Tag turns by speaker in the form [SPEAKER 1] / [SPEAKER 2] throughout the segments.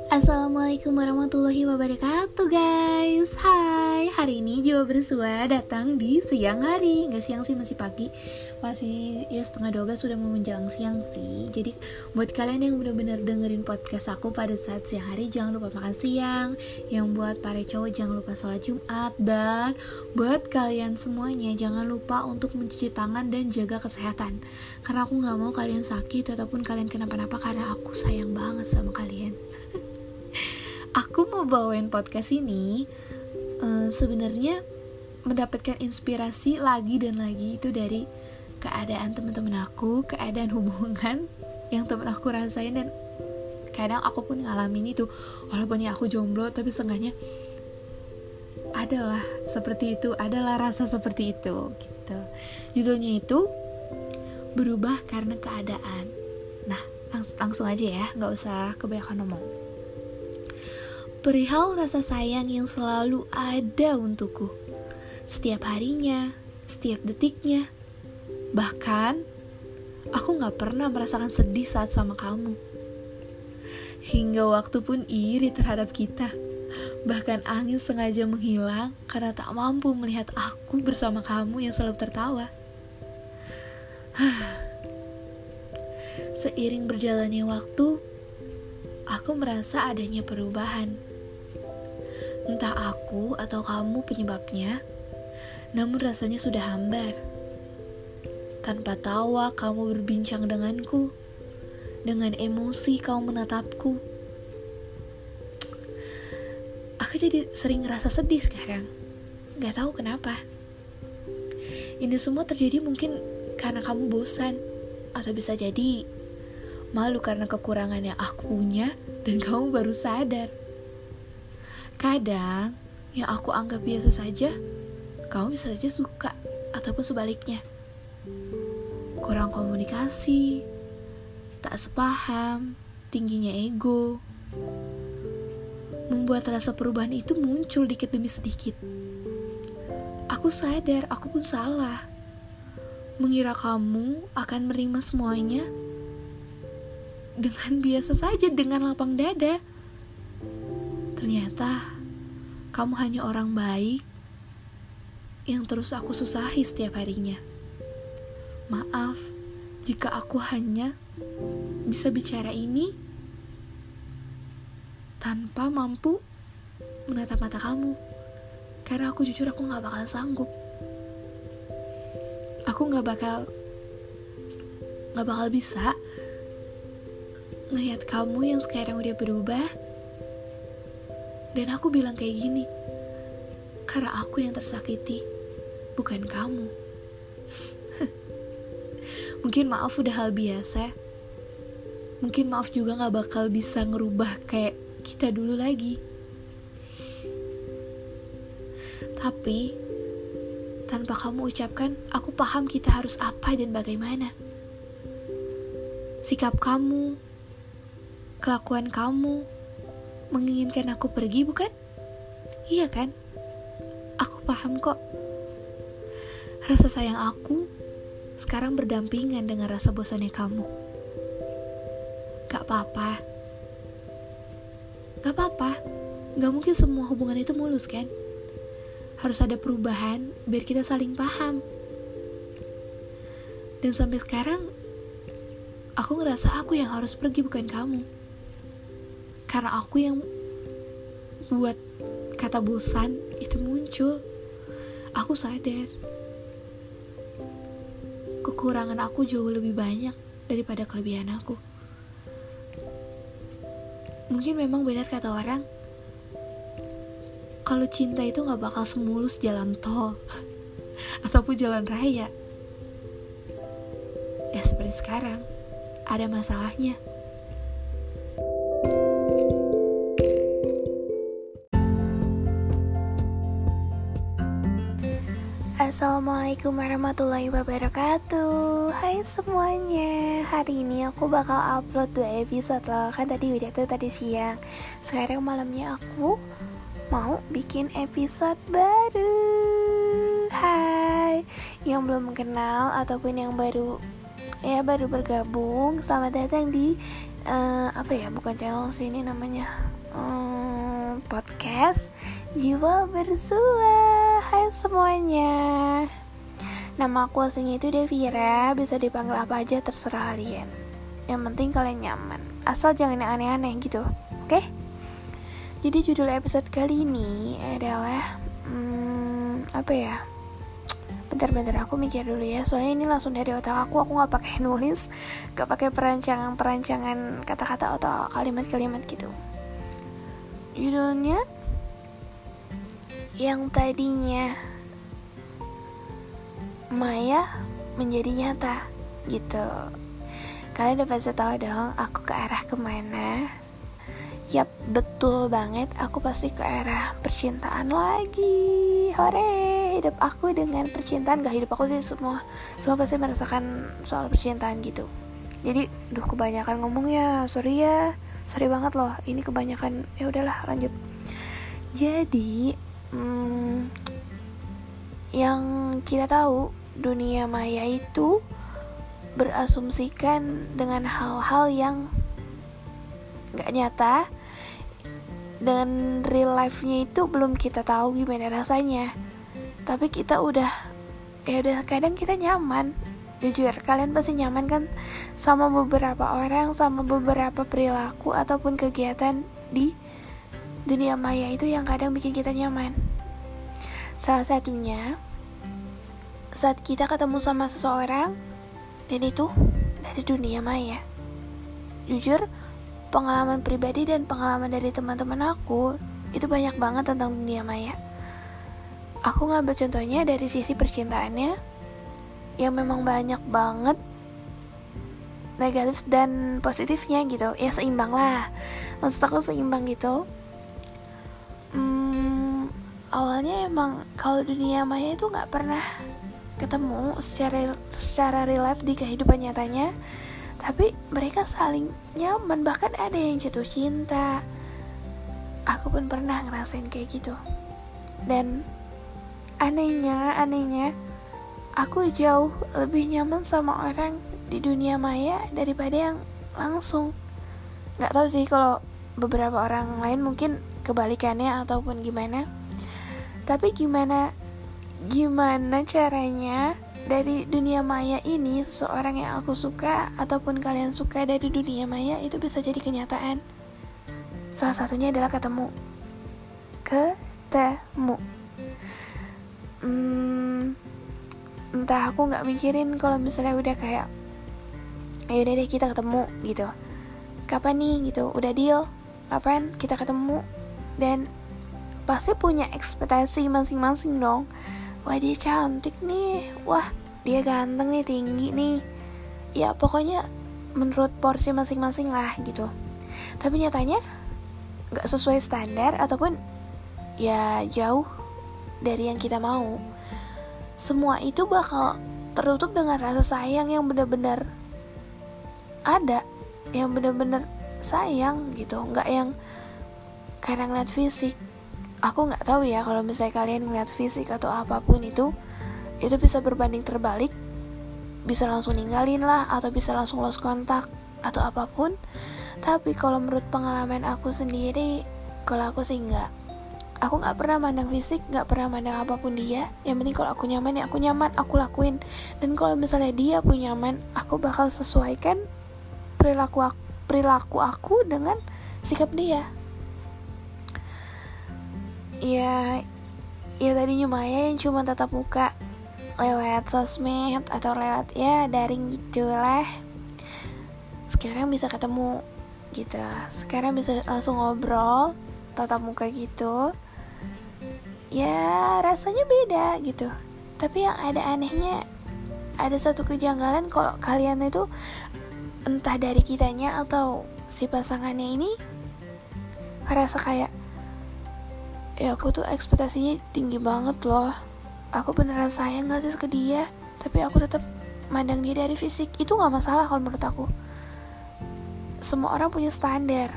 [SPEAKER 1] Assalamualaikum warahmatullahi wabarakatuh guys. Hai, hari ini Jiwa Bersua datang di siang hari. Gak siang sih, masih pagi. Masih ya 11:30 sudah mau menjelang siang sih. Jadi buat kalian yang benar-benar dengerin podcast aku pada saat siang hari, jangan lupa makan siang. Yang buat para cowok jangan lupa sholat Jumat. Dan buat kalian semuanya jangan lupa untuk mencuci tangan dan jaga kesehatan. Karena aku gak mau kalian sakit ataupun kalian kenapa-napa, karena aku sayang banget sama kalian. Aku mau bawain podcast ini sebenarnya mendapatkan inspirasi lagi dan lagi itu dari keadaan teman-teman aku, keadaan hubungan yang teman aku rasain, dan kadang aku pun ngalamin itu. Walaupun ya aku jomblo, tapi seenggaknya adalah seperti itu, adalah rasa seperti itu gitu. Judulnya itu Berubah Karena Keadaan. Nah, langsung aja ya, gak usah kebanyakan ngomong. Perihal rasa sayang yang selalu ada untukku, setiap harinya, setiap detiknya. Bahkan, aku gak pernah merasakan sedih saat sama kamu. Hingga waktu pun iri terhadap kita. Bahkan angin sengaja menghilang karena tak mampu melihat aku bersama kamu yang selalu tertawa. Seiring berjalannya waktu, aku merasa adanya perubahan. Entah aku atau kamu penyebabnya, namun rasanya sudah hambar. Tanpa tawa kamu berbincang denganku, dengan emosi kamu menatapku. Aku jadi sering ngerasa sedih sekarang, gak tahu kenapa. Ini semua terjadi mungkin karena kamu bosan, atau bisa jadi malu karena kekurangan yang aku punya dan kamu baru sadar. Kadang yang aku anggap biasa saja, kamu bisa saja suka, ataupun sebaliknya. Kurang komunikasi, tak sepaham, tingginya ego, membuat rasa perubahan itu muncul dikit demi sedikit. Aku sadar, aku pun salah. Mengira kamu akan menerima semuanya dengan biasa saja, dengan lapang dada. Ternyata kamu hanya orang baik yang terus aku susahi setiap harinya. Maaf jika aku hanya bisa bicara ini tanpa mampu menatap mata kamu, karena aku jujur aku gak bakal sanggup. Aku gak bakal bisa ngelihat kamu yang sekarang udah berubah. Dan aku bilang kayak gini karena aku yang tersakiti, bukan kamu. Mungkin maaf udah hal biasa. Mungkin maaf juga gak bakal bisa ngerubah kayak kita dulu lagi. Tapi tanpa kamu ucapkan, aku paham kita harus apa dan bagaimana. Sikap kamu, kelakuan kamu menginginkan aku pergi, bukan? Iya kan? Aku paham kok. Rasa sayang aku sekarang berdampingan dengan rasa bosannya kamu. Gak apa-apa. Gak mungkin semua hubungan itu mulus kan? Harus ada perubahan biar kita saling paham. Dan sampai sekarang aku ngerasa aku yang harus pergi, bukan kamu. Karena aku yang buat kata bosan itu muncul. Aku sadar kekurangan aku jauh lebih banyak daripada kelebihan aku. Mungkin memang benar kata orang, kalau cinta itu gak bakal semulus jalan tol ataupun jalan raya. Ya seperti sekarang, ada masalahnya. Assalamualaikum warahmatullahi wabarakatuh. Hai semuanya. Hari ini aku bakal upload 2 episode loh. Kan tadi udah tuh tadi siang. Sekarang malamnya aku mau bikin episode baru. Hai yang belum kenal ataupun yang baru bergabung, selamat datang di bukan channel sih, ini namanya podcast Jiwa Bersua. Hai semuanya, nama aku aslinya itu Devira. Bisa dipanggil apa aja terserah kalian. Yang penting kalian nyaman, asal jangan yang aneh-aneh gitu. Oke? Jadi judul episode kali ini adalah apa ya? Bentar, aku mikir dulu ya. Soalnya ini langsung dari otak aku gak pakai nulis, gak pakai perancangan kata-kata atau kalimat-kalimat gitu. Judulnya yang tadinya maya menjadi nyata gitu. Kalian udah pasti tahu dong aku ke arah kemana. Yap, betul banget, aku pasti ke arah percintaan lagi. Hore, hidup aku dengan percintaan. Gak hidup aku sih, semua pasti merasakan soal percintaan gitu. Jadi, kebanyakan ngomong ya, sorry banget loh. Ini kebanyakan, ya udahlah lanjut. Jadi, yang kita tahu, dunia maya itu berasumsikan dengan hal-hal yang gak nyata, dan real life-nya itu belum kita tahu gimana rasanya. Tapi kita udah kadang kita nyaman. Jujur, kalian pasti nyaman kan sama beberapa orang, sama beberapa perilaku ataupun kegiatan di dunia maya itu yang kadang bikin kita nyaman. Salah satunya saat kita ketemu sama seseorang dan itu dari dunia maya. Jujur, pengalaman pribadi dan pengalaman dari teman-teman aku itu banyak banget tentang dunia maya. Aku ngambil contohnya dari sisi percintaannya yang memang banyak banget negatif dan positifnya gitu. Ya seimbang lah, maksud aku seimbang gitu. Awalnya emang kalau dunia maya itu gak pernah ketemu secara real life di kehidupan nyatanya, tapi mereka saling nyaman, bahkan ada yang jatuh cinta. Aku pun pernah ngerasain kayak gitu. Dan anehnya aku jauh lebih nyaman sama orang di dunia maya daripada yang langsung. Gak tahu sih kalau beberapa orang lain mungkin kebalikannya ataupun gimana. Tapi gimana caranya dari dunia maya ini seseorang yang aku suka ataupun kalian suka dari dunia maya itu bisa jadi kenyataan. Salah satunya adalah ketemu. Entah aku gak mikirin kalau misalnya udah kayak ayo deh kita ketemu gitu. Kapan nih gitu, udah deal kapan kita ketemu. Dan pasti punya ekspektasi masing-masing dong. Wah dia cantik nih, wah dia ganteng nih, tinggi nih. Ya pokoknya menurut porsi masing-masing lah gitu. Tapi nyatanya gak sesuai standar ataupun ya jauh dari yang kita mau. Semua itu bakal tertutup dengan rasa sayang yang benar-benar ada, yang benar-benar sayang gitu. Gak yang karena ngeliat fisik. Aku gak tahu ya kalau misalnya kalian ngeliat fisik atau apapun itu bisa berbanding terbalik, bisa langsung ninggalin lah, atau bisa langsung lost kontak atau apapun. Tapi kalau menurut pengalaman aku sendiri, kalau aku sih enggak. Aku gak pernah mandang fisik, gak pernah mandang apapun dia. Yang penting kalau aku nyaman ya aku nyaman, aku lakuin. Dan kalau misalnya dia pun nyaman, aku bakal sesuaikan perilaku aku dengan sikap dia. Ya tadinya maya yang cuma tatap muka lewat sosmed atau lewat ya daring gitulah. Sekarang bisa ketemu gitu. Sekarang bisa langsung ngobrol tatap muka gitu. Ya rasanya beda gitu. Tapi yang ada anehnya, ada satu kejanggalan kalau kalian itu entah dari kitanya atau si pasangannya ini ngerasa kayak ya aku tuh ekspektasinya tinggi banget loh. Aku beneran sayang gak sih ke dia, tapi aku tetap mandang dia dari fisik. Itu gak masalah kalau menurut aku. Semua orang punya standar.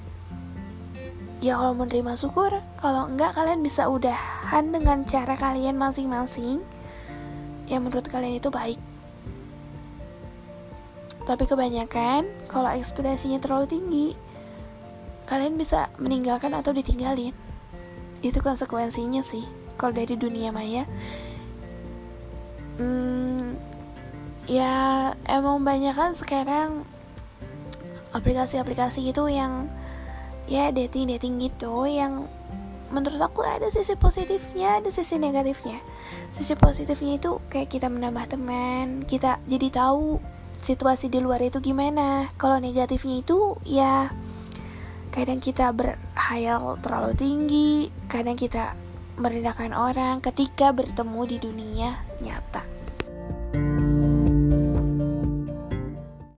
[SPEAKER 1] Ya kalau menerima syukur, kalau enggak kalian bisa udahan dengan cara kalian masing-masing yang menurut kalian itu baik. Tapi kebanyakan kalau ekspektasinya terlalu tinggi, kalian bisa meninggalkan atau ditinggalin. Itu konsekuensinya sih kalau dari dunia maya. Ya emang banyak kan sekarang aplikasi-aplikasi gitu yang ya dating gitu, yang menurut aku ada sisi positifnya, ada sisi negatifnya. Sisi positifnya itu kayak kita menambah teman, kita jadi tahu situasi di luar itu gimana. Kalau negatifnya itu ya kadang kita berhayal terlalu tinggi, kadang kita merendahkan orang ketika bertemu di dunia nyata.